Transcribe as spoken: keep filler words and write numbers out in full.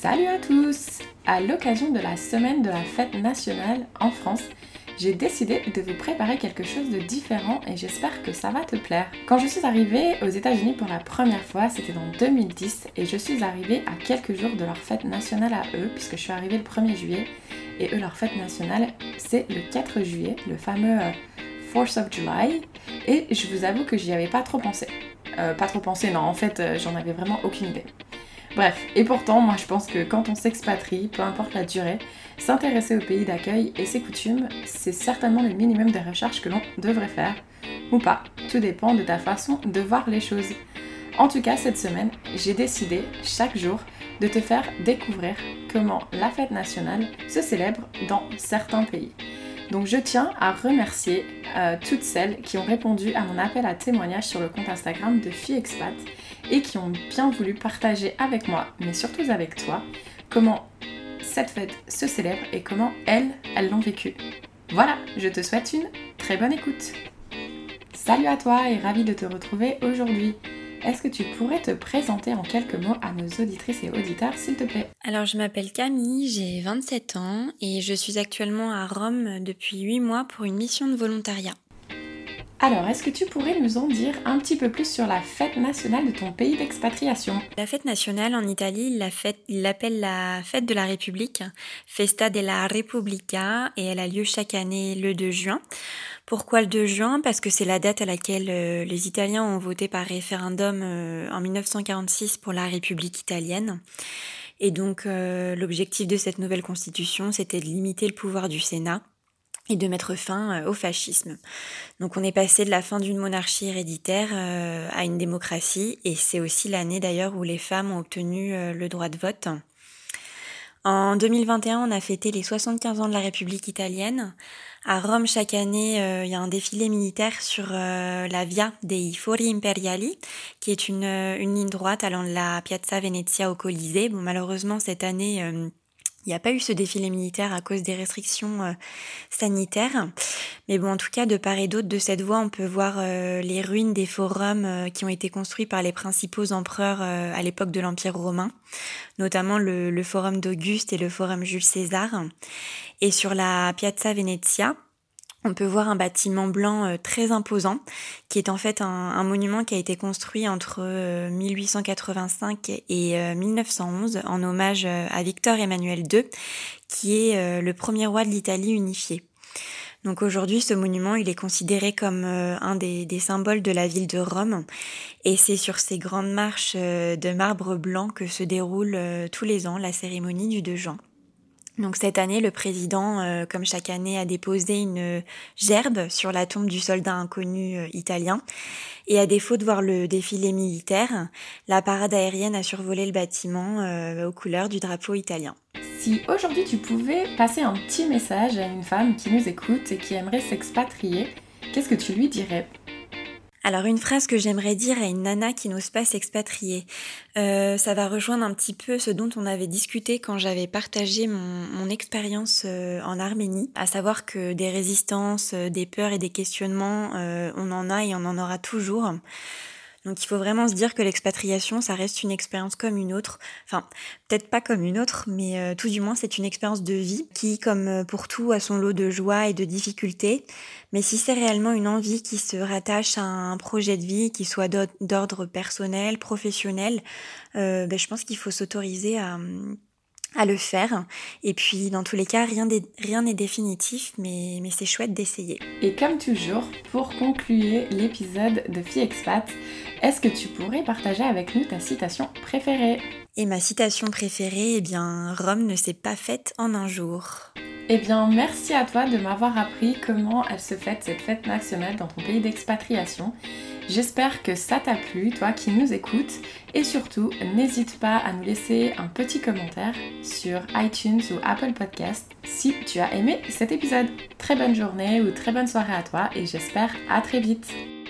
Salut à tous! À l'occasion de la semaine de la fête nationale en France, j'ai décidé de vous préparer quelque chose de différent et j'espère que ça va te plaire. Quand je suis arrivée aux États-Unis pour la première fois, c'était en deux mille dix et je suis arrivée à quelques jours de leur fête nationale à eux, puisque je suis arrivée le premier juillet et eux, leur fête nationale, c'est le quatre juillet, le fameux euh, fourth of July, et je vous avoue que j'y avais pas trop pensé. Euh, pas trop pensé, non, en fait, euh, j'en avais vraiment aucune idée. Bref, et pourtant, moi je pense que quand on s'expatrie, peu importe la durée, s'intéresser au pays d'accueil et ses coutumes, c'est certainement le minimum de recherche que l'on devrait faire, ou pas, tout dépend de ta façon de voir les choses. En tout cas, cette semaine, j'ai décidé, chaque jour, de te faire découvrir comment la fête nationale se célèbre dans certains pays. Donc je tiens à remercier euh, toutes celles qui ont répondu à mon appel à témoignage sur le compte Instagram de Filles Expat et qui ont bien voulu partager avec moi, mais surtout avec toi, comment cette fête se célèbre et comment elles, elles l'ont vécue. Voilà, je te souhaite une très bonne écoute. Salut à toi et ravie de te retrouver aujourd'hui. Est-ce que tu pourrais te présenter en quelques mots à nos auditrices et auditeurs, s'il te plaît? Alors je m'appelle Camille, j'ai vingt-sept ans et je suis actuellement à Rome depuis huit mois pour une mission de volontariat. Alors, est-ce que tu pourrais nous en dire un petit peu plus sur la fête nationale de ton pays d'expatriation? La fête nationale en Italie, ils la fête- ils l'appellent la fête de la République, Festa della Repubblica, et elle a lieu chaque année le deux juin. Pourquoi le deux juin? Parce que c'est la date à laquelle euh, les Italiens ont voté par référendum euh, en dix-neuf cent quarante-six pour la République italienne. Et donc euh, l'objectif de cette nouvelle constitution, c'était de limiter le pouvoir du Sénat et de mettre fin euh, au fascisme. Donc on est passé de la fin d'une monarchie héréditaire euh, à une démocratie, et c'est aussi l'année d'ailleurs où les femmes ont obtenu euh, le droit de vote. En deux mille vingt et un, on a fêté les soixante-quinze ans de la République italienne. À Rome, chaque année, il euh, y a un défilé militaire sur euh, la Via dei Fori Imperiali, qui est une, une ligne droite allant de la Piazza Venezia au Colisée. Bon, malheureusement, cette année, euh, il n'y a pas eu ce défilé militaire à cause des restrictions euh, sanitaires. Mais bon, en tout cas, de part et d'autre de cette voie, on peut voir euh, les ruines des forums euh, qui ont été construits par les principaux empereurs euh, à l'époque de l'Empire romain, notamment le, le forum d'Auguste et le forum Jules César. Et sur la Piazza Venezia, on peut voir un bâtiment blanc euh, très imposant, qui est en fait un, un monument qui a été construit entre euh, mille huit cent quatre-vingt-cinq et euh, mille neuf cent onze en hommage euh, à Victor Emmanuel deux, qui est euh, le premier roi de l'Italie unifiée. Donc aujourd'hui, ce monument, il est considéré comme euh, un des, des symboles de la ville de Rome, et c'est sur ces grandes marches euh, de marbre blanc que se déroule euh, tous les ans la cérémonie du deux juin. Donc cette année, le président, euh, comme chaque année, a déposé une gerbe sur la tombe du soldat inconnu euh, italien. Et à défaut de voir le défilé militaire, la parade aérienne a survolé le bâtiment euh, aux couleurs du drapeau italien. Si aujourd'hui tu pouvais passer un petit message à une femme qui nous écoute et qui aimerait s'expatrier, qu'est-ce que tu lui dirais? Alors une phrase que j'aimerais dire à une nana qui n'ose pas s'expatrier, euh, ça va rejoindre un petit peu ce dont on avait discuté quand j'avais partagé mon, mon expérience euh, en Arménie, à savoir que des résistances, euh, des peurs et des questionnements, euh, on en a et on en aura toujours. Donc il faut vraiment se dire que l'expatriation, ça reste une expérience comme une autre. Enfin, peut-être pas comme une autre, mais euh, tout du moins c'est une expérience de vie qui, comme pour tout, a son lot de joie et de difficultés. Mais si c'est réellement une envie qui se rattache à un projet de vie, qui soit d'ordre personnel, professionnel, euh, ben, je pense qu'il faut s'autoriser à... à le faire. Et puis, dans tous les cas, rien n'est, rien n'est définitif, mais, mais c'est chouette d'essayer. Et comme toujours, pour conclure l'épisode de Filles Expat, est-ce que tu pourrais partager avec nous ta citation préférée? Et ma citation préférée, eh bien, Rome ne s'est pas faite en un jour. Eh bien, merci à toi de m'avoir appris comment elle se fête cette fête nationale dans ton pays d'expatriation. J'espère que ça t'a plu, toi qui nous écoutes, et surtout, n'hésite pas à nous laisser un petit commentaire sur iTunes ou Apple Podcast si tu as aimé cet épisode. Très bonne journée ou très bonne soirée à toi et j'espère à très vite.